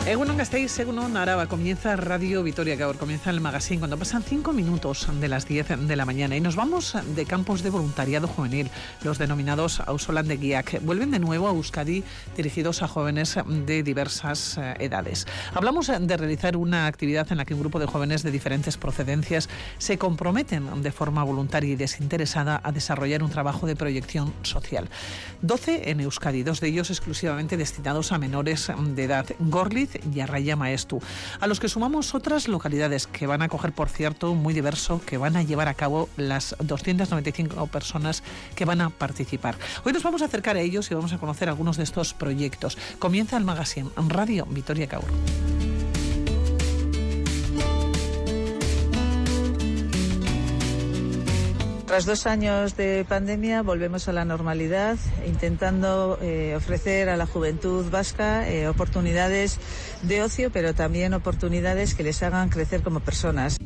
Egunon Gasteiz, Egunon Araba, comienza Radio Vitoria Gaur, comienza el magazine cuando pasan 5 minutos de las 10 de la mañana y nos vamos de campos de voluntariado juvenil, los denominados Auzolandegiak. Vuelven de nuevo a Euskadi dirigidos a jóvenes de diversas edades. Hablamos de realizar una actividad en la que un grupo de jóvenes de diferentes procedencias se comprometen de forma voluntaria y desinteresada a desarrollar un trabajo de proyección social. 12 en Euskadi, 2 de ellos exclusivamente destinados a menores de edad, Gorliz y Arraya Maestu, a los que sumamos otras localidades que van a acoger, por cierto, muy diverso, que van a llevar a cabo las 295 personas que van a participar. Hoy nos vamos a acercar a ellos y vamos a conocer algunos de estos proyectos. Comienza el magazine Radio Vitoria Gaur. Tras 2 años de pandemia volvemos a la normalidad, intentando ofrecer a la juventud vasca oportunidades de ocio, pero también oportunidades que les hagan crecer como personas.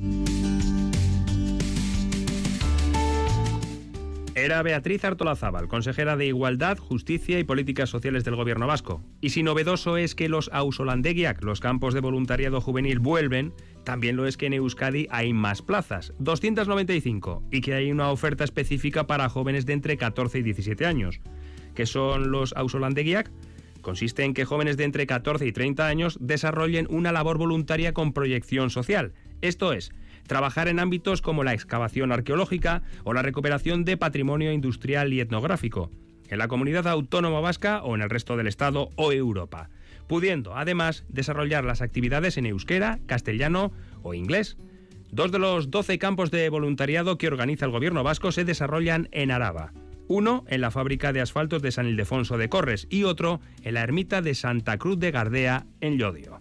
Era Beatriz Artolazábal, consejera de Igualdad, Justicia y Políticas Sociales del Gobierno vasco. Y si novedoso es que los Auzolandegiak, los campos de voluntariado juvenil, vuelven, también lo es que en Euskadi hay más plazas, 295, y que hay una oferta específica para jóvenes de entre 14 y 17 años. ¿Qué son los Auzolandegiak? Consiste en que jóvenes de entre 14 y 30 años desarrollen una labor voluntaria con proyección social. Esto es, trabajar en ámbitos como la excavación arqueológica o la recuperación de patrimonio industrial y etnográfico, en la comunidad autónoma vasca o en el resto del Estado o Europa, pudiendo además desarrollar las actividades en euskera, castellano o inglés. 2 de los 12 campos de voluntariado que organiza el Gobierno vasco se desarrollan en Araba. Uno en la fábrica de asfaltos de San Ildefonso de Corres y otro en la ermita de Santa Cruz de Gardea en Llodio.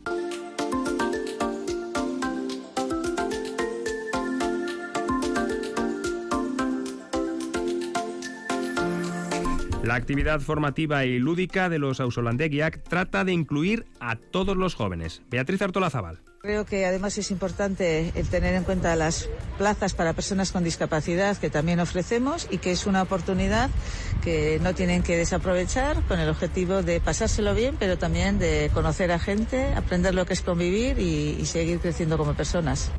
La actividad formativa y lúdica de los Auzolandegiak trata de incluir a todos los jóvenes. Beatriz Artolazábal. Creo que además es importante el tener en cuenta las plazas para personas con discapacidad que también ofrecemos y que es una oportunidad que no tienen que desaprovechar con el objetivo de pasárselo bien, pero también de conocer a gente, aprender lo que es convivir y seguir creciendo como personas.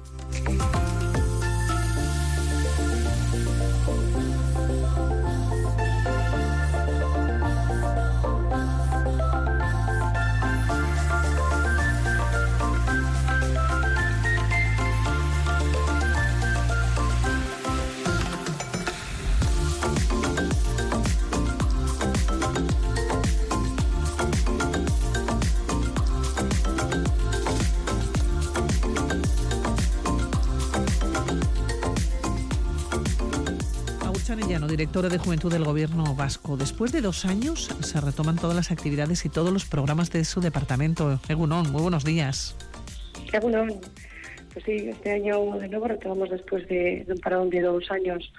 Directora de Juventud del Gobierno vasco. Después de 2 años se retoman todas las actividades y todos los programas de su departamento. Egunon, muy buenos días. Egunon, pues sí, este año de nuevo retomamos después de un parón de 2 años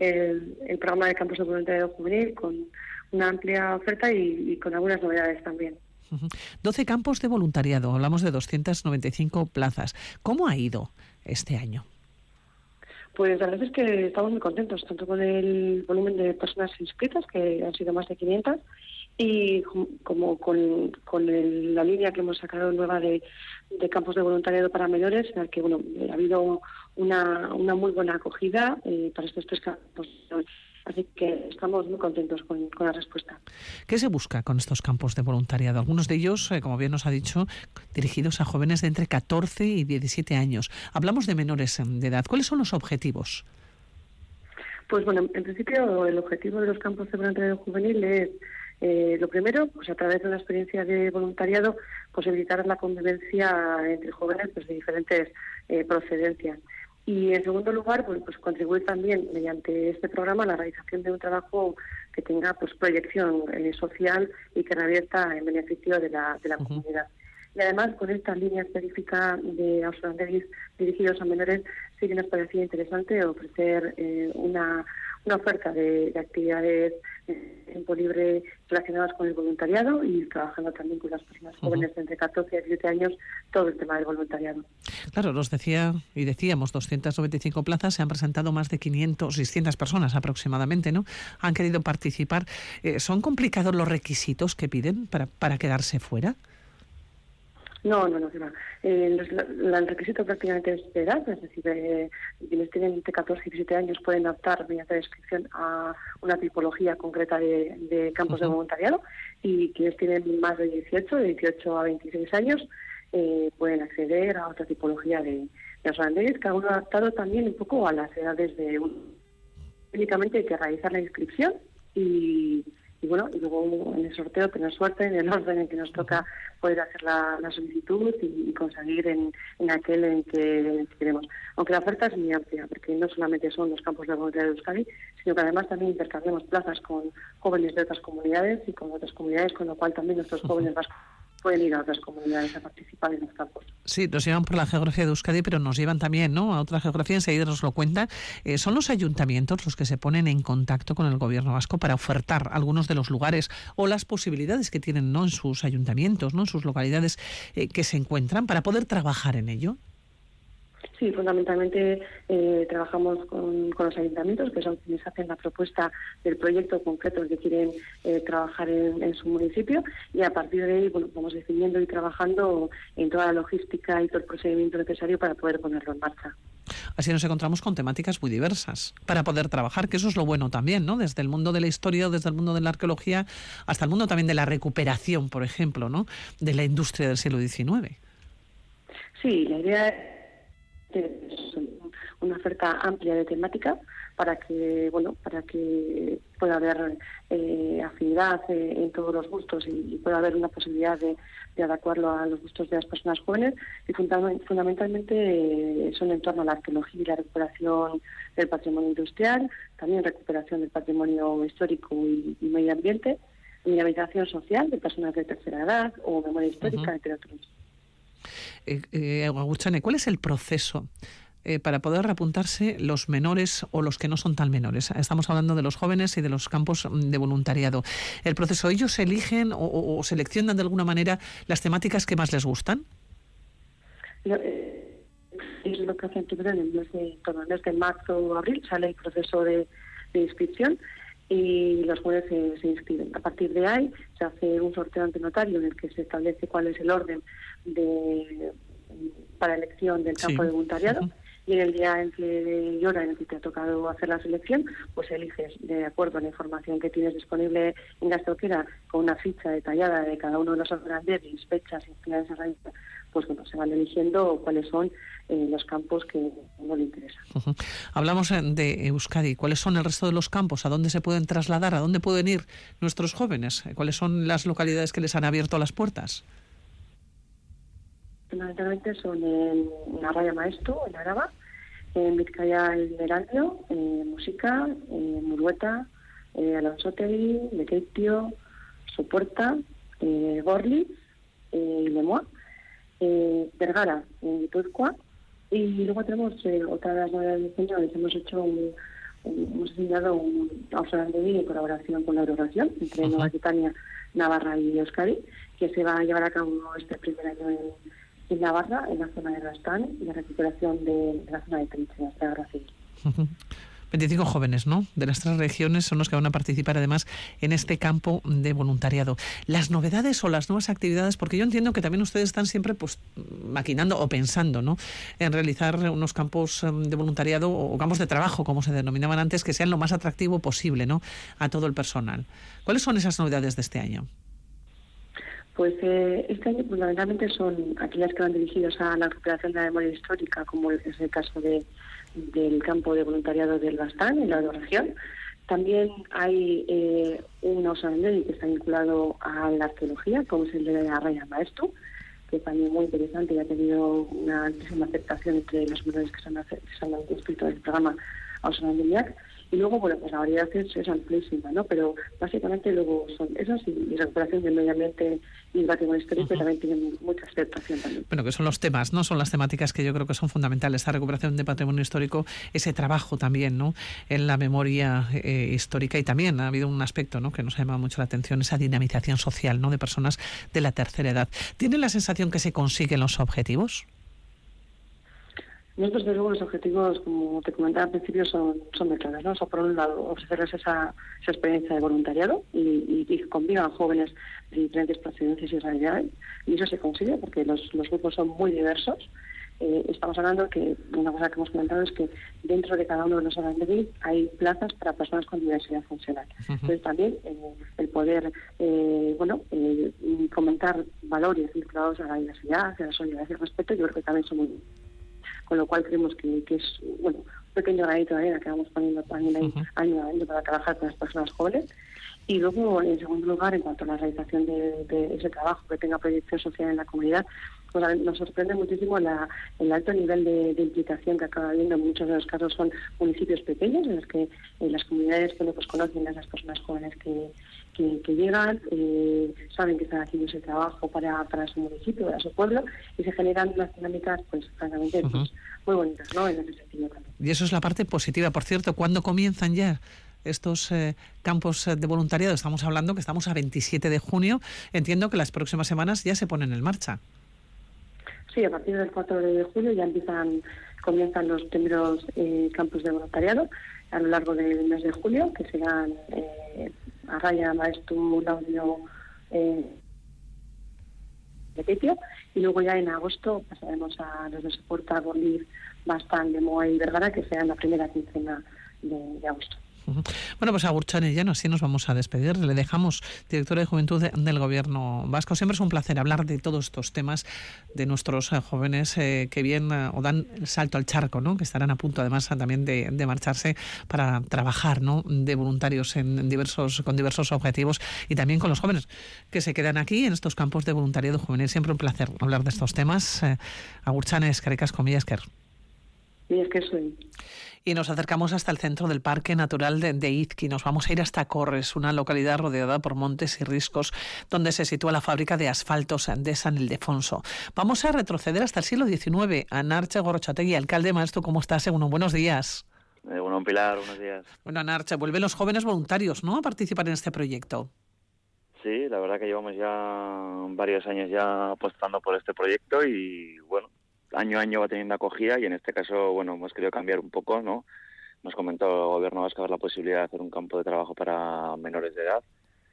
el programa de campos de voluntariado juvenil con una amplia oferta y con algunas novedades también. 12 campos de voluntariado, hablamos de 295 plazas. ¿Cómo ha ido este año? Pues la verdad es que estamos muy contentos, tanto con el volumen de personas inscritas, que han sido más de 500, y como con la línea que hemos sacado nueva de campos de voluntariado para menores, en la que ha habido una muy buena acogida para estos 3 campos. Así que estamos muy contentos con la respuesta. ¿Qué se busca con estos campos de voluntariado? Algunos de ellos, como bien nos ha dicho, dirigidos a jóvenes de entre 14 y 17 años. Hablamos de menores de edad. ¿Cuáles son los objetivos? Pues bueno, en principio el objetivo de los campos de voluntariado juvenil es, lo primero, pues a través de una experiencia de voluntariado, posibilitar la convivencia entre jóvenes pues, de diferentes procedencias. Y en segundo lugar, pues contribuir también mediante este programa a la realización de un trabajo que tenga pues proyección social y que revierta en beneficio de la comunidad. Y además, con esta línea específica de Auzolandegiak dirigidos a menores, sí que nos parecía interesante ofrecer una oferta de actividades tiempo libre relacionadas con el voluntariado y trabajando también con las personas jóvenes de entre 14 y 17 años, todo el tema del voluntariado. Claro, nos decíamos 295 plazas, se han presentado más de 600 personas aproximadamente, ¿no? Han querido participar. ¿Son complicados los requisitos que piden para quedarse fuera? No, que va. El requisito prácticamente es de edad, es decir, quienes tienen entre 14 y 17 años pueden optar mediante la inscripción a una tipología concreta de campos de voluntariado, y quienes tienen más de 18 a 26 años, pueden acceder a otra tipología de holandeses, cada uno adaptado también un poco a las edades de uno. Únicamente hay que realizar la inscripción y luego en el sorteo tener suerte en el orden en que nos toca poder hacer la solicitud y conseguir en aquel en que queremos. Aunque la oferta es muy amplia, porque no solamente son los campos de voluntariado de Euskadi, sino que además también intercambiamos plazas con jóvenes de otras comunidades y con otras comunidades, con lo cual también nuestros jóvenes vascos pueden ir a otras comunidades a participar en los campos. Sí, nos llevan por la geografía de Euskadi, pero nos llevan también, ¿no?, a otra geografía, enseguida nos lo cuentan. ¿Son los ayuntamientos los que se ponen en contacto con el gobierno vasco para ofertar algunos de los lugares o las posibilidades que tienen, ¿no?, en sus ayuntamientos, ¿no?, en sus localidades que se encuentran para poder trabajar en ello? Sí, fundamentalmente trabajamos con los ayuntamientos, que son quienes hacen la propuesta del proyecto concreto que quieren trabajar en su municipio, y a partir de ahí vamos definiendo y trabajando en toda la logística y todo el procedimiento necesario para poder ponerlo en marcha. Así nos encontramos con temáticas muy diversas para poder trabajar, que eso es lo bueno también, ¿no?, desde el mundo de la historia, desde el mundo de la arqueología, hasta el mundo también de la recuperación, por ejemplo, ¿no?, de la industria del siglo XIX. Sí, la idea es una oferta amplia de temática para que pueda haber afinidad en todos los gustos y pueda haber una posibilidad de adecuarlo a los gustos de las personas jóvenes, y fundamentalmente son en torno a la arqueología y la recuperación del patrimonio industrial, también recuperación del patrimonio histórico y medio ambiente, dinamización social de personas de tercera edad o memoria histórica, entre otros. Agurtxane, ¿cuál es el proceso para poder reapuntarse los menores o los que no son tan menores? Estamos hablando de los jóvenes y de los campos de voluntariado. ¿El proceso, ellos eligen o seleccionan de alguna manera las temáticas que más les gustan? Es lo que hacen primero en el mes de marzo o abril, sale el proceso de inscripción y los jóvenes se inscriben. A partir de ahí se hace un sorteo ante notario en el que se establece cuál es el orden para elección del campo de voluntariado. Uh-huh. Y en el día en que en el que te ha tocado hacer la selección, pues eliges de acuerdo a la información que tienes disponible en Gastoquera, con una ficha detallada de cada uno de los ordenadores, fechas y actividades a realizar. Pues se van eligiendo cuáles son los campos que no le interesan. Uh-huh. Hablamos de Euskadi. ¿Cuáles son el resto de los campos? ¿A dónde se pueden trasladar? ¿A dónde pueden ir nuestros jóvenes? ¿Cuáles son las localidades que les han abierto las puertas? Fundamentalmente son en Arraya Maestu, en Araba, en Vizcaya, en Erandio, en Música, en Murueta, Alonsotegi, Lekeitio, Sopuerta, Gorli y Lemoa, Vergara, en Guipúzcoa, y luego tenemos otra de las novedades de diseño. Hemos diseñado un Ausolandegi en colaboración con la Euroregión entre uh-huh. Nueva Aquitania, Navarra y Euskadi, que se va a llevar a cabo este primer año en Navarra, en la zona de Rastán, y la recuperación de la zona de Trincheras de la Guerra Civil. Uh-huh. 25 jóvenes, ¿no?, de las 3 regiones son los que van a participar además en este campo de voluntariado. Las novedades o las nuevas actividades, porque yo entiendo que también ustedes están siempre maquinando o pensando, ¿no?, en realizar unos campos de voluntariado o campos de trabajo, como se denominaban antes, que sean lo más atractivo posible, ¿no?, a todo el personal. ¿Cuáles son esas novedades de este año? Pues este año fundamentalmente son aquellas que van dirigidas a la recuperación de la memoria histórica, como es el caso del campo de voluntariado del Bastán, en la región. También hay un Ausolandegi que está vinculado a la arqueología, como es el de Arraya Maestu, que es también muy interesante y ha tenido una altísima aceptación entre los menores que se han inscrito en el programa Ausolandegiak. Y luego, pues la variedad es amplísima, ¿no? Pero básicamente luego son esas y recuperación del medio ambiente y el patrimonio histórico uh-huh. también tienen mucha aceptación también. Bueno, que son los temas, ¿no? Son las temáticas que yo creo que son fundamentales. Esta recuperación de patrimonio histórico, ese trabajo también, ¿no?, en la memoria histórica, y también ha habido un aspecto, ¿no?, que nos ha llamado mucho la atención, esa dinamización social, ¿no?, de personas de la tercera edad. ¿Tienen la sensación que se consiguen los objetivos? Nosotros, desde luego, los objetivos, como te comentaba al principio, son muy claros, ¿no? O sea, por un lado, ofrecerles esa experiencia de voluntariado y que convivan jóvenes de diferentes procedencias y realidades, y eso se consigue porque los grupos son muy diversos. Estamos hablando que una cosa que hemos comentado es que dentro de cada uno de los Ausolandegiak hay plazas para personas con diversidad funcional. Entonces también el poder comentar valores vinculados a la diversidad, a la solidaridad y al respeto, yo creo que también son muy buenos. Con lo cual creemos que es un pequeño granito de arena que vamos poniendo también ahí año a año para trabajar con las personas jóvenes. Y luego, en segundo lugar, en cuanto a la realización de ese trabajo que tenga proyección social en la comunidad, pues nos sorprende muchísimo el alto nivel de implicación que acaba habiendo. En muchos de los casos son municipios pequeños en los que las comunidades pues conocen a esas personas jóvenes que llegan, saben que están haciendo ese trabajo para su municipio, para su pueblo, y se generan unas dinámicas, pues francamente, pues, muy bonitas, ¿no? En ese sentido también. Y eso es la parte positiva. Por cierto, ¿cuándo comienzan ya estos campos de voluntariado? Estamos hablando que estamos a 27 de junio. Entiendo que las próximas semanas ya se ponen en marcha. Sí, a partir del 4 de julio ya comienzan los primeros campos de voluntariado a lo largo del mes de julio, que serán Arraya, Maeztu, Laudio, Petitio, y luego ya en agosto pasaremos a los de Soporta, Gorliz, Bastán, Lemoa y Vergara, que serán la primera quincena de agosto. Bueno, pues Agur Txane Llano, así nos vamos a despedir. Le dejamos, directora de Juventud del Gobierno Vasco. Siempre es un placer hablar de todos estos temas, de nuestros jóvenes que bien o dan el salto al charco, ¿no? Que estarán a punto además también de marcharse para trabajar, ¿no? De voluntarios con diversos objetivos, y también con los jóvenes que se quedan aquí en estos campos de voluntariado juvenil. Siempre un placer hablar de estos temas. Agur Txane, eskerrik asko, mila esker. Y es que soy. Y nos acercamos hasta el centro del Parque Natural de Izki. Nos vamos a ir hasta Corres, una localidad rodeada por montes y riscos, donde se sitúa la fábrica de asfaltos de San Ildefonso. Vamos a retroceder hasta el siglo XIX. Anarche Gorrotxategi, alcalde. Maestro, ¿cómo estás? Buenos días. Bueno, Pilar, buenos días. Bueno, Anarche, vuelven los jóvenes voluntarios, ¿no?, a participar en este proyecto. Sí, la verdad que llevamos ya varios años ya apostando por este proyecto y, bueno, año a año va teniendo acogida, y en este caso, bueno, hemos querido cambiar un poco, ¿no? Nos comentó el Gobierno vasco la posibilidad de hacer un campo de trabajo para menores de edad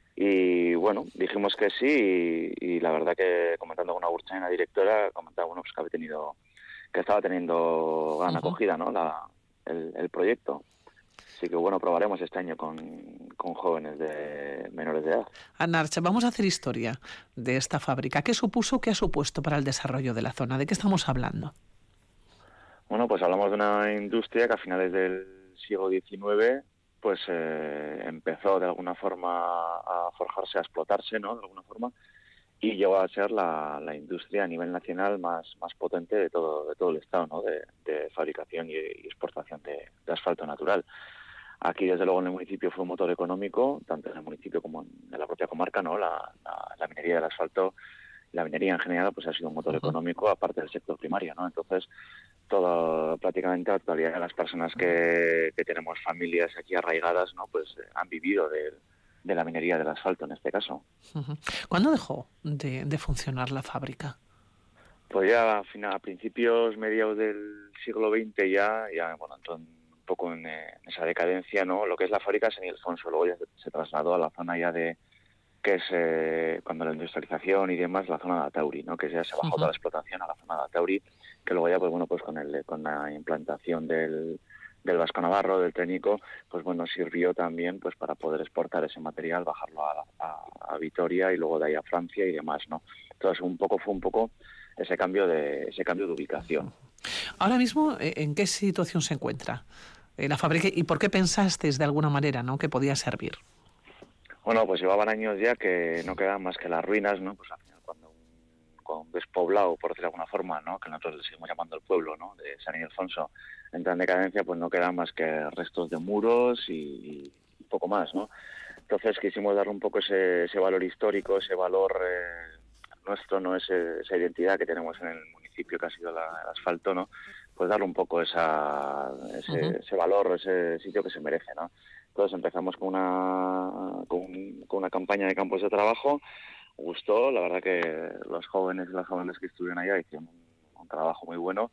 y, bueno, dijimos que sí, y la verdad que comentando con Agur Txane, la directora, comentaba, bueno, pues que estaba teniendo gran acogida, ¿no?, el proyecto. Así que, bueno, probaremos este año con jóvenes de menores de edad. Anarche, vamos a hacer historia de esta fábrica. ¿Qué ha supuesto para el desarrollo de la zona? ¿De qué estamos hablando? Bueno, pues hablamos de una industria que a finales del siglo XIX pues empezó de alguna forma a forjarse, a explotarse, ¿no?, de alguna forma, y llegó a ser la industria a nivel nacional más potente de todo el estado, ¿no?, de fabricación y exportación de asfalto natural. Aquí, desde luego, en el municipio fue un motor económico, tanto en el municipio como en la propia comarca, ¿no? La minería del asfalto, la minería en general, pues ha sido un motor económico, aparte del sector primario, ¿no? Entonces, prácticamente la totalidad de las personas que tenemos familias aquí arraigadas, ¿no?, pues han vivido de la minería del asfalto, en este caso. ¿Cuándo dejó de funcionar la fábrica? Pues ya a principios, mediados del siglo XX ya bueno, entró un poco en esa decadencia, ¿no? Lo que es la fábrica de San Ildefonso, luego ya se trasladó a la zona ya que es cuando la industrialización y demás, la zona de Atauri, ¿no?, que ya se bajó toda la explotación a la zona de Atauri, que luego ya, pues bueno, pues con la implantación del Vasco Navarro, del Técnico, pues bueno, sirvió también pues para poder exportar ese material, bajarlo a Vitoria y luego de ahí a Francia y demás, ¿no? Entonces fue un poco ese cambio de ubicación. Ahora mismo, ¿en qué situación se encuentra la fábrica y por qué pensasteis de alguna manera, ¿no?, que podía servir? Bueno, pues llevaban años ya que no quedaban más que las ruinas, ¿no? Pues al final cuando un despoblado, por decirlo de alguna forma, ¿no?, que nosotros le seguimos llamando el pueblo, ¿no?, de San Ildefonso, entra en decadencia, pues no quedan más que restos de muros y poco más, ¿no? Entonces quisimos darle un poco ese valor histórico, ese valor nuestro, ¿no?, esa identidad que tenemos en el municipio, que ha sido el asfalto, ¿no?, pues darle un poco ese valor, ese sitio que se merece, ¿no? Entonces empezamos con una campaña de campos de trabajo. Gustó, la verdad que los jóvenes y las jóvenes que estuvieron allá hicieron un trabajo muy bueno,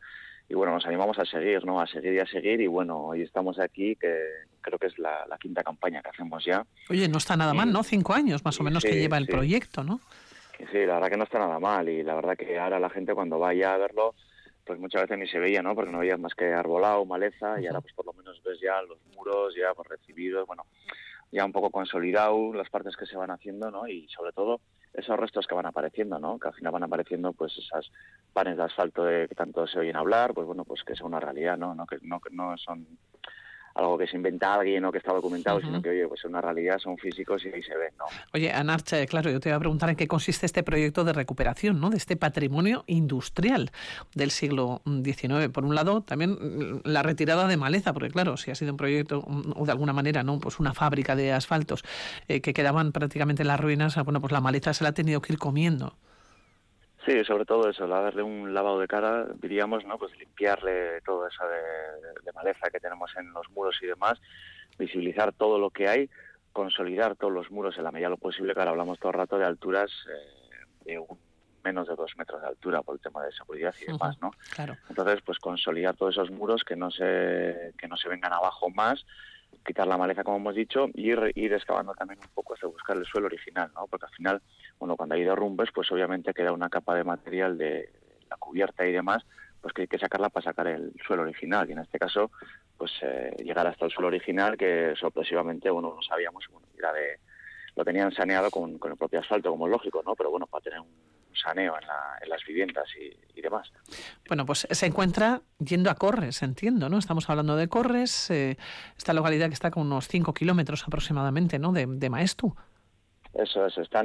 bueno, nos animamos a seguir, ¿no? A seguir y bueno, hoy estamos aquí, que creo que es la quinta campaña que hacemos ya. Oye, no está nada mal, ¿no? 5 años más o menos sí, que lleva el proyecto, ¿no? Sí, la verdad que no está nada mal y la verdad que ahora la gente cuando vaya a verlo, pues muchas veces ni se veía, ¿no? Porque no veías más que arbolado, maleza, y ahora pues por lo menos ves ya los muros ya pues recibidos, bueno, ya un poco consolidado las partes que se van haciendo, ¿no? Y sobre todo esos restos que van apareciendo, ¿no? Que al final van apareciendo pues esas panes de asfalto que tanto se oyen hablar, pues bueno, pues que sea una realidad, ¿no? Que no son algo que se inventa alguien o que está documentado, sino que, oye, pues es una realidad, son físicos y ahí se ven, ¿no? Oye, Anarcha, claro, yo te iba a preguntar en qué consiste este proyecto de recuperación, ¿no? De este patrimonio industrial del siglo XIX. Por un lado, también la retirada de maleza, porque claro, si ha sido un proyecto, o de alguna manera, ¿no? Pues una fábrica de asfaltos que quedaban prácticamente en las ruinas, bueno, pues la maleza se la ha tenido que ir comiendo. Sí, sobre todo eso, darle un lavado de cara, diríamos, ¿no? Pues limpiarle todo eso de maleza que tenemos en los muros y demás, visibilizar todo lo que hay, consolidar todos los muros en la medida de lo posible, que ahora hablamos todo el rato de alturas de menos de 2 metros de altura por el tema de seguridad y demás, ¿no? Claro. Entonces, pues consolidar todos esos muros que no se vengan abajo más, quitar la maleza, como hemos dicho, y ir excavando también un poco hasta buscar el suelo original, ¿no? Porque al final, bueno, cuando hay derrumbes, pues obviamente queda una capa de material de la cubierta y demás, pues que hay que sacarla para sacar el suelo original, y en este caso, pues llegar hasta el suelo original, que sorpresivamente, bueno, no sabíamos, bueno, lo tenían saneado con el propio asfalto, como es lógico, ¿no? Pero bueno, para tener un saneo en las viviendas y demás. Bueno, pues se encuentra yendo a Corres, entiendo, ¿no? Estamos hablando de Corres, esta localidad que está con unos 5 kilómetros aproximadamente, ¿no? De Maeztu. Eso, está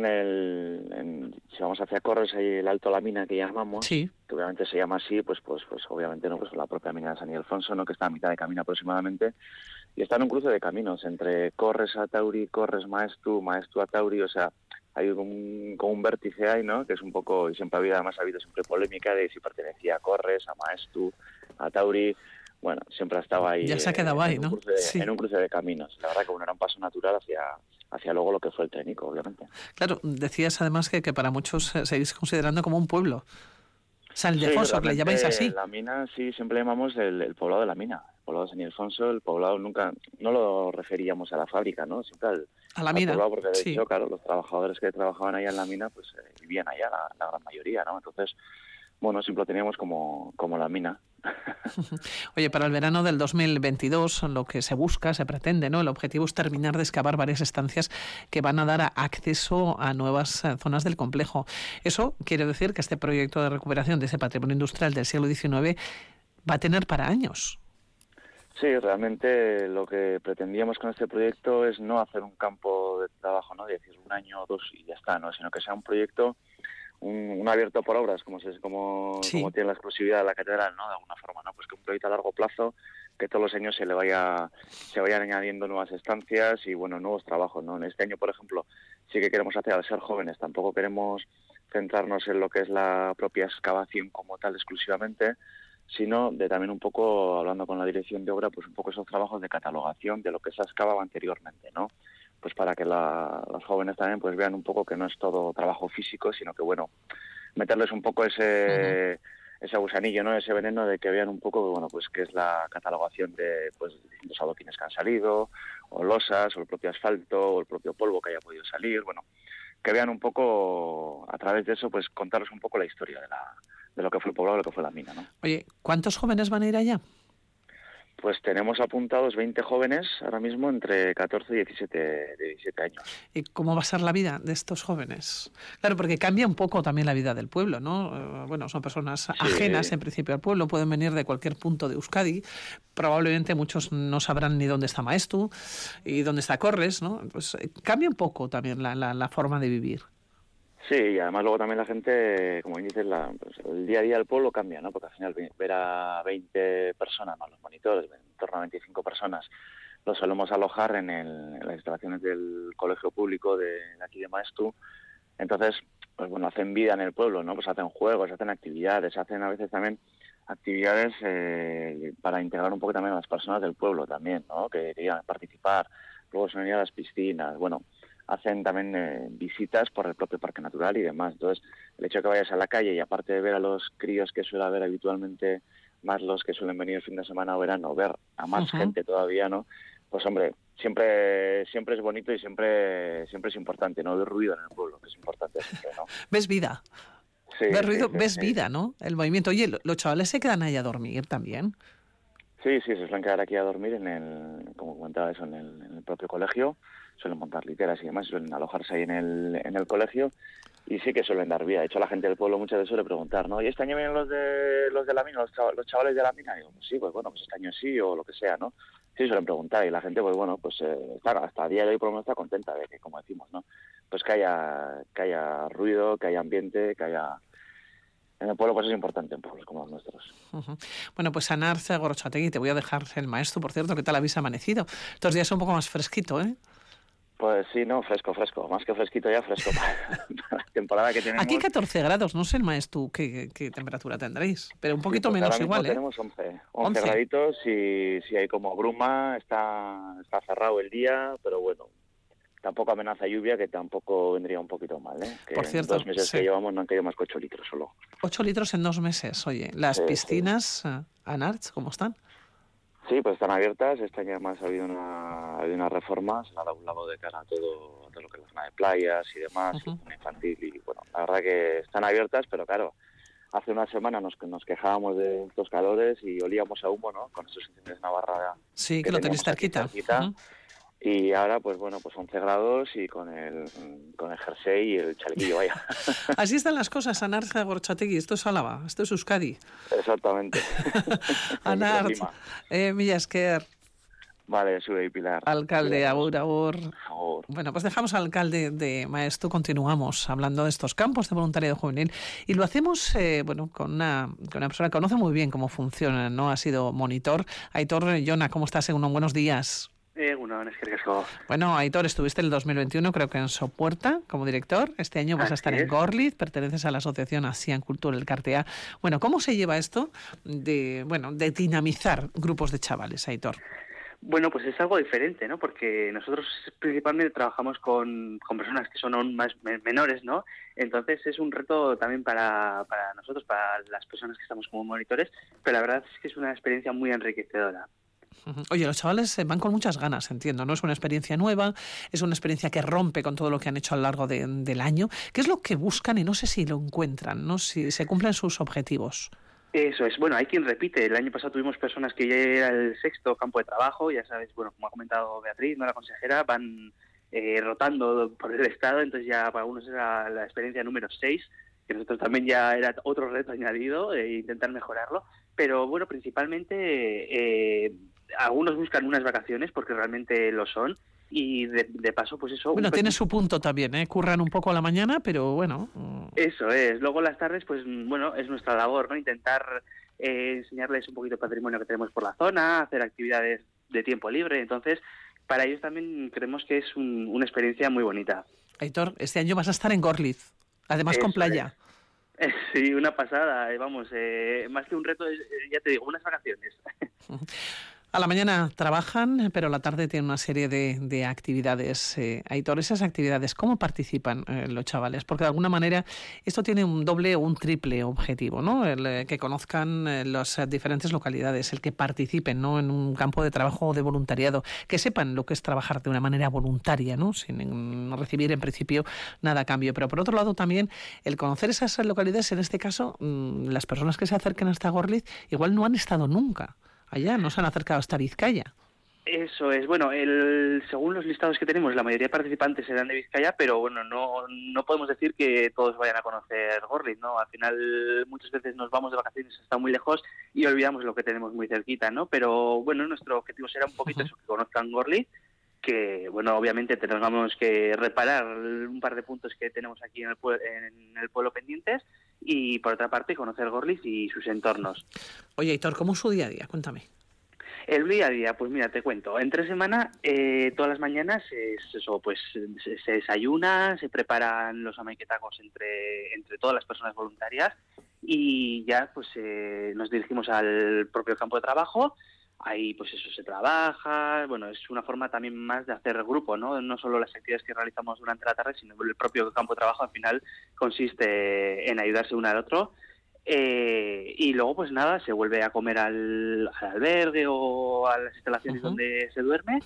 si vamos hacia Corres, hay el Alto La Mina, que llamamos, sí, que obviamente se llama así, pues obviamente no, pues la propia mina de San Ildefonso, ¿no? Que está a mitad de camino aproximadamente, y está en un cruce de caminos entre Corres a Tauri, Corres Maeztu, Maeztu a Tauri, o sea, hay como un vértice ahí, ¿no? Que es un poco, y siempre ha habido siempre polémica de si pertenecía a Corres, a Maeztu, a Tauri. Bueno, siempre ha estado ahí. Ya se ha quedado ahí, ¿no? En un cruce de caminos. La verdad que bueno, era un paso natural hacia luego lo que fue el Técnico, obviamente. Claro, decías además que para muchos seguís considerando como un pueblo. San Ildefonso, que le llamáis así. La mina, sí, siempre llamamos el poblado de la mina. El poblado de San Ildefonso, el poblado nunca, no lo referíamos a la fábrica, ¿no? Siempre a la mina. Poblado, porque de hecho, claro, los trabajadores que trabajaban allá en la mina, pues vivían allá la gran mayoría, ¿no? Entonces, bueno, siempre lo teníamos como la mina. Oye, para el verano del 2022 lo que se busca, se pretende, ¿no? El objetivo es terminar de excavar varias estancias que van a dar acceso a nuevas zonas del complejo. Eso quiere decir que este proyecto de recuperación de ese patrimonio industrial del siglo XIX va a tener para años. Sí, realmente lo que pretendíamos con este proyecto es no hacer un campo de trabajo, ¿no? De decir 1 año o 2 y ya está, ¿no? Sino que sea un proyecto un abierto por obras, como tiene la exclusividad de la catedral, ¿no? De alguna forma, ¿no? Pues que un proyecto a largo plazo, que todos los años se vayan añadiendo nuevas estancias y, bueno, nuevos trabajos, ¿no? En este año, por ejemplo, sí que queremos hacer, al ser jóvenes, tampoco queremos centrarnos en lo que es la propia excavación como tal exclusivamente, sino de también un poco, hablando con la dirección de obra, pues un poco esos trabajos de catalogación de lo que se excavaba anteriormente, ¿no? Pues para que los jóvenes también pues vean un poco que no es todo trabajo físico, sino que, bueno, meterles un poco ese gusanillo, ¿no? Ese veneno de que vean un poco, bueno, pues qué es la catalogación de pues distintos adoquines que han salido, o losas, o el propio asfalto, o el propio polvo que haya podido salir, bueno, que vean un poco, a través de eso, pues contarles un poco la historia de lo que fue el poblado, de lo que fue la mina, ¿no? Oye, ¿cuántos jóvenes van a ir allá? Pues tenemos apuntados 20 jóvenes ahora mismo entre 14 y 17 años. ¿Y cómo va a ser la vida de estos jóvenes? Claro, porque cambia un poco también la vida del pueblo, ¿no? Bueno, son personas ajenas en principio al pueblo, pueden venir de cualquier punto de Euskadi. Probablemente muchos no sabrán ni dónde está Maeztu y dónde está Corres, ¿no? Pues cambia un poco también la forma de vivir. Sí, y además luego también la gente, como dices, pues el día a día del pueblo cambia, ¿no? Porque al final ver a 20 personas más los monitores, en torno a 25 personas, los solemos alojar en las instalaciones del colegio público de aquí de Maeztu. Entonces, pues bueno, hacen vida en el pueblo, ¿no? Pues hacen juegos, hacen actividades, hacen a veces también actividades para integrar un poco también a las personas del pueblo también, ¿no? Que querían participar, luego se venían a las piscinas, bueno, hacen también visitas por el propio parque natural y demás. Entonces, el hecho de que vayas a la calle y aparte de ver a los críos que suele haber habitualmente más los que suelen venir el fin de semana o verano, ver a más gente todavía, ¿no? Pues hombre, siempre es bonito y siempre es importante, ¿no? Ver ruido en el pueblo, que es importante siempre, ¿no? ¿Ves vida? Sí, ¿Ves ruido? sí, ¿Ves sí. vida, no? El movimiento. Oye, ¿los chavales se quedan ahí a dormir también? Sí, se suelen quedar aquí a dormir como comentaba eso, en el propio colegio. Suelen montar literas y demás, suelen alojarse ahí en el colegio y sí que suelen dar vida. De hecho, la gente del pueblo muchas veces suele preguntar, ¿no? ¿Y este año vienen los de la mina, los chavales de la mina? Y digo, pues sí, pues bueno, pues este año sí o lo que sea, ¿no? Sí, suelen preguntar y la gente, pues bueno, pues claro, hasta a día de hoy por lo menos está contenta de que, como decimos, ¿no? Pues que haya ruido, que haya ambiente, que haya... En el pueblo pues es importante, en pueblos como los nuestros. Bueno, pues Anar Gorrotxategi, te voy a dejar el maestro, por cierto, ¿qué tal habéis amanecido? Estos días un poco más fresquito, ¿eh? Pues sí, no, fresco, más que fresquito ya, fresco para la temporada que tenemos. Aquí 14 grados, no sé el maestro qué temperatura tendréis, pero un poquito pues menos ahora mismo igual, ¿eh? Tenemos 11 graditos y si hay como bruma, está cerrado el día, pero bueno, tampoco amenaza lluvia, que tampoco vendría un poquito mal, ¿eh? Que por cierto, en 2 meses que llevamos no han caído más que 8 litros solo. 8 litros en 2 meses, oye. ¿Las piscinas, Anarch, cómo están? Sí, pues están abiertas. Este año además ha habido una reforma, se le ha dado un lavado de cara a todo lo que es la zona de playas y demás, y zona infantil, y bueno, la verdad que están abiertas, pero claro, hace una semana nos quejábamos de estos calores y olíamos a humo, ¿no? Con estos incendios de Navarra. Sí, que lo tenéis cerquita. Y ahora, pues bueno, pues 11 grados y con el jersey y el chalequillo, vaya. Así están las cosas, Anar Gorrotxategi. Esto es Álava, esto es Euskadi. Exactamente. Anar, mila esker. Vale, sube Pilar. Alcalde, agur. Bueno, pues dejamos al alcalde de Maestu, continuamos hablando de estos campos de voluntariado juvenil y lo hacemos con una persona que conoce muy bien cómo funcionan, ¿no? Ha sido monitor. Aitor Jona, ¿cómo estás? Buenos días. Bueno, Aitor, estuviste el 2021 creo que en Sopuerta como director. Este año vas a estar en Gorliz, perteneces a la asociación Asian Cultura Elkartea. Bueno, ¿cómo se lleva esto de dinamizar grupos de chavales, Aitor? Bueno, pues es algo diferente, ¿no? Porque nosotros principalmente trabajamos con personas que son aún más menores, ¿no? Entonces es un reto también para nosotros, para las personas que estamos como monitores, pero la verdad es que es una experiencia muy enriquecedora. Oye, los chavales van con muchas ganas, entiendo, ¿no? Es una experiencia nueva, es una experiencia que rompe con todo lo que han hecho a lo largo del año. ¿Qué es lo que buscan y no sé si lo encuentran, ¿no? Si se cumplen sus objetivos? Eso es. Bueno, hay quien repite. El año pasado tuvimos personas que ya era el 6º campo de trabajo, ya sabes, bueno, como ha comentado Beatriz, ¿no? La consejera, van rotando por el estado, entonces ya para algunos era la experiencia número 6, que nosotros también ya era otro reto añadido, intentar mejorarlo. Pero bueno, principalmente algunos buscan unas vacaciones porque realmente lo son y de paso pues eso... Bueno, tiene su punto también, ¿eh? Curran un poco a la mañana, pero bueno... Eso es. Luego las tardes pues bueno, es nuestra labor, ¿no? Intentar enseñarles un poquito de patrimonio que tenemos por la zona, hacer actividades de tiempo libre. Entonces, para ellos también creemos que es una experiencia muy bonita. Aitor, este año vas a estar en Gorliz, además con playa. Sí, una pasada, vamos, más que un reto, ya te digo, unas vacaciones. A la mañana trabajan, pero a la tarde tienen una serie de actividades. Aitor, esas actividades, ¿cómo participan los chavales? Porque de alguna manera esto tiene un doble o un triple objetivo, ¿no? El que conozcan las diferentes localidades, el que participen, ¿no? En un campo de trabajo o de voluntariado, que sepan lo que es trabajar de una manera voluntaria, ¿no? Sin recibir en principio nada a cambio. Pero por otro lado también el conocer esas localidades, en este caso, las personas que se acerquen hasta Gorliz igual no han estado nunca allá, no se han acercado hasta Vizcaya. Eso es. Bueno, según los listados que tenemos, la mayoría de participantes serán de Vizcaya, pero bueno, no podemos decir que todos vayan a conocer Gorliz, ¿no? Al final, muchas veces nos vamos de vacaciones hasta muy lejos y olvidamos lo que tenemos muy cerquita, ¿no? Pero bueno, nuestro objetivo será un poquito eso, que conozcan Gorliz, que bueno, obviamente tengamos que reparar un par de puntos que tenemos aquí en el pueblo pendientes, y por otra parte conocer Gorliz y sus entornos. Oye, Aitor, ¿cómo es su día a día? Cuéntame. El día a día, pues mira, te cuento. Entre semana, todas las mañanas se desayuna, se preparan los amaiquetacos entre todas las personas voluntarias y ya pues nos dirigimos al propio campo de trabajo. Ahí pues eso se trabaja, bueno, es una forma también más de hacer grupo, ¿no? No solo las actividades que realizamos durante la tarde, sino el propio campo de trabajo al final consiste en ayudarse uno al otro. Y luego, pues nada, se vuelve a comer al albergue o a las instalaciones donde se duerme,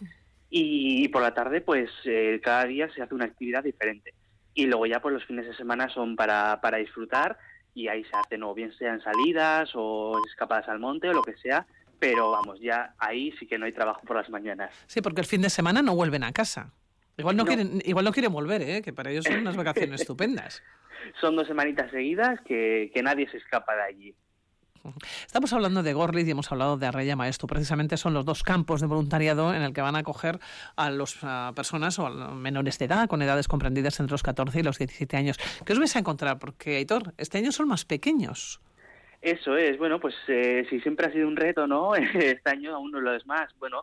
y por la tarde, pues cada día se hace una actividad diferente. Y luego ya, pues los fines de semana son para disfrutar, y ahí se hacen, o bien sean salidas o escapadas al monte o lo que sea, pero vamos, ya ahí sí que no hay trabajo por las mañanas. Sí, porque el fin de semana no vuelven a casa. Igual no quieren volver, que para ellos son unas vacaciones estupendas. Son 2 semanitas seguidas que nadie se escapa de allí. Estamos hablando de Gorliz y hemos hablado de Arraia Maestu. Precisamente son los 2 campos de voluntariado en el que van a acoger a las personas o a los menores de edad, con edades comprendidas entre los 14 y los 17 años. ¿Qué os vais a encontrar? Porque, Aitor, este año son más pequeños. Eso es, bueno, pues si siempre ha sido un reto, ¿no? Este año aún no lo es más. Bueno,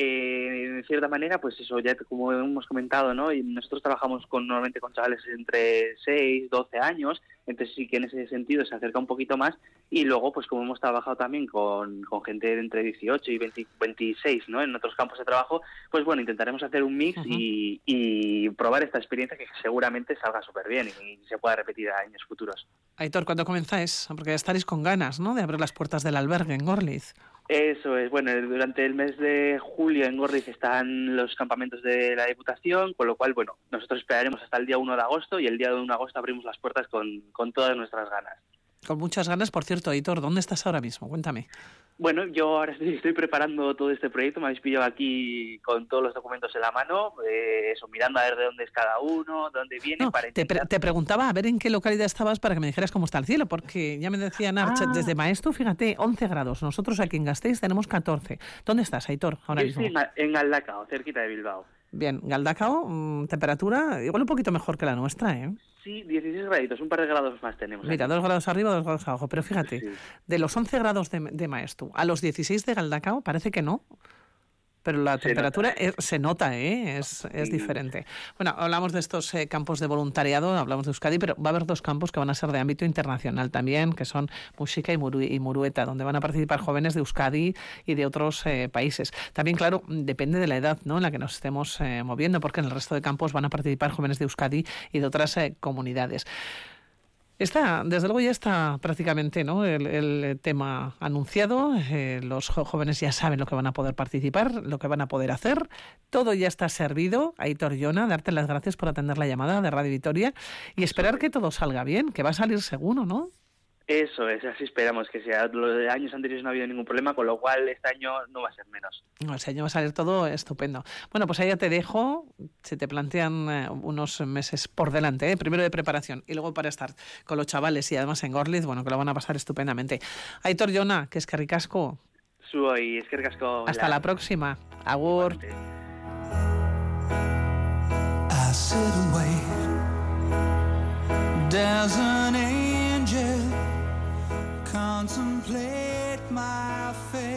de cierta manera, pues eso, ya como hemos comentado, ¿no? Y nosotros trabajamos normalmente con chavales entre 6, 12 años, entonces sí que en ese sentido se acerca un poquito más. Y luego, pues como hemos trabajado también con gente de entre 18 y 26, ¿no? En otros campos de trabajo, pues bueno, intentaremos hacer un mix y probar esta experiencia que seguramente salga súper bien y se pueda repetir a años futuros. Aitor, ¿cuándo comenzáis? Porque ya estaréis con ganas, ¿no?, de abrir las puertas del albergue en Gorliz. Eso es, bueno, durante el mes de julio en Gorliz están los campamentos de la Diputación, con lo cual, bueno, nosotros esperaremos hasta el día 1 de agosto y el día 1 de agosto abrimos las puertas con todas nuestras ganas. Con muchas ganas. Por cierto, Aitor, ¿dónde estás ahora mismo? Cuéntame. Bueno, yo ahora estoy preparando todo este proyecto, me habéis pillado aquí con todos los documentos en la mano, mirando a ver de dónde es cada uno, de dónde viene. No, te preguntaba a ver en qué localidad estabas para que me dijeras cómo está el cielo, porque ya me decían desde Maestu, fíjate, 11 grados. Nosotros aquí en Gasteiz tenemos 14. ¿Dónde estás, Aitor, ahora mismo? Estoy en Galdakao, cerquita de Bilbao. Bien, Galdakao, temperatura igual un poquito mejor que la nuestra, ¿eh? Sí, 16 graditos, un par de grados más tenemos. Mira, aquí 2 grados arriba, 2 grados abajo. Pero fíjate, sí, de los 11 grados de Maestu a los 16 de Galdakao parece que no. Pero la temperatura se nota, es diferente. Bueno, hablamos de estos campos de voluntariado, hablamos de Euskadi, pero va a haber 2 campos que van a ser de ámbito internacional también, que son Muxica y Murueta, donde van a participar jóvenes de Euskadi y de otros países. También, claro, depende de la edad, ¿no?, en la que nos estemos moviendo, porque en el resto de campos van a participar jóvenes de Euskadi y de otras comunidades. Desde luego ya está prácticamente, ¿no?, el tema anunciado. Los jóvenes ya saben lo que van a poder participar, lo que van a poder hacer. Todo ya está servido. Aitor Jona, darte las gracias por atender la llamada de Radio Vitoria y esperar que todo salga bien, que va a salir seguro, ¿no? Eso es, así esperamos que sea. Los de años anteriores no ha habido ningún problema, con lo cual este año no va a ser menos. No, este año va a salir todo estupendo. Bueno, pues ahí ya te dejo. Se te plantean unos meses por delante, primero de preparación y luego para estar con los chavales y además en Gorliz, bueno, que lo van a pasar estupendamente. Aitor Jona, que es que ricasco. Zuoi, es que ricasco. Hasta la próxima. Agur. I sit and wait. There's an angel. Contemplate my fate.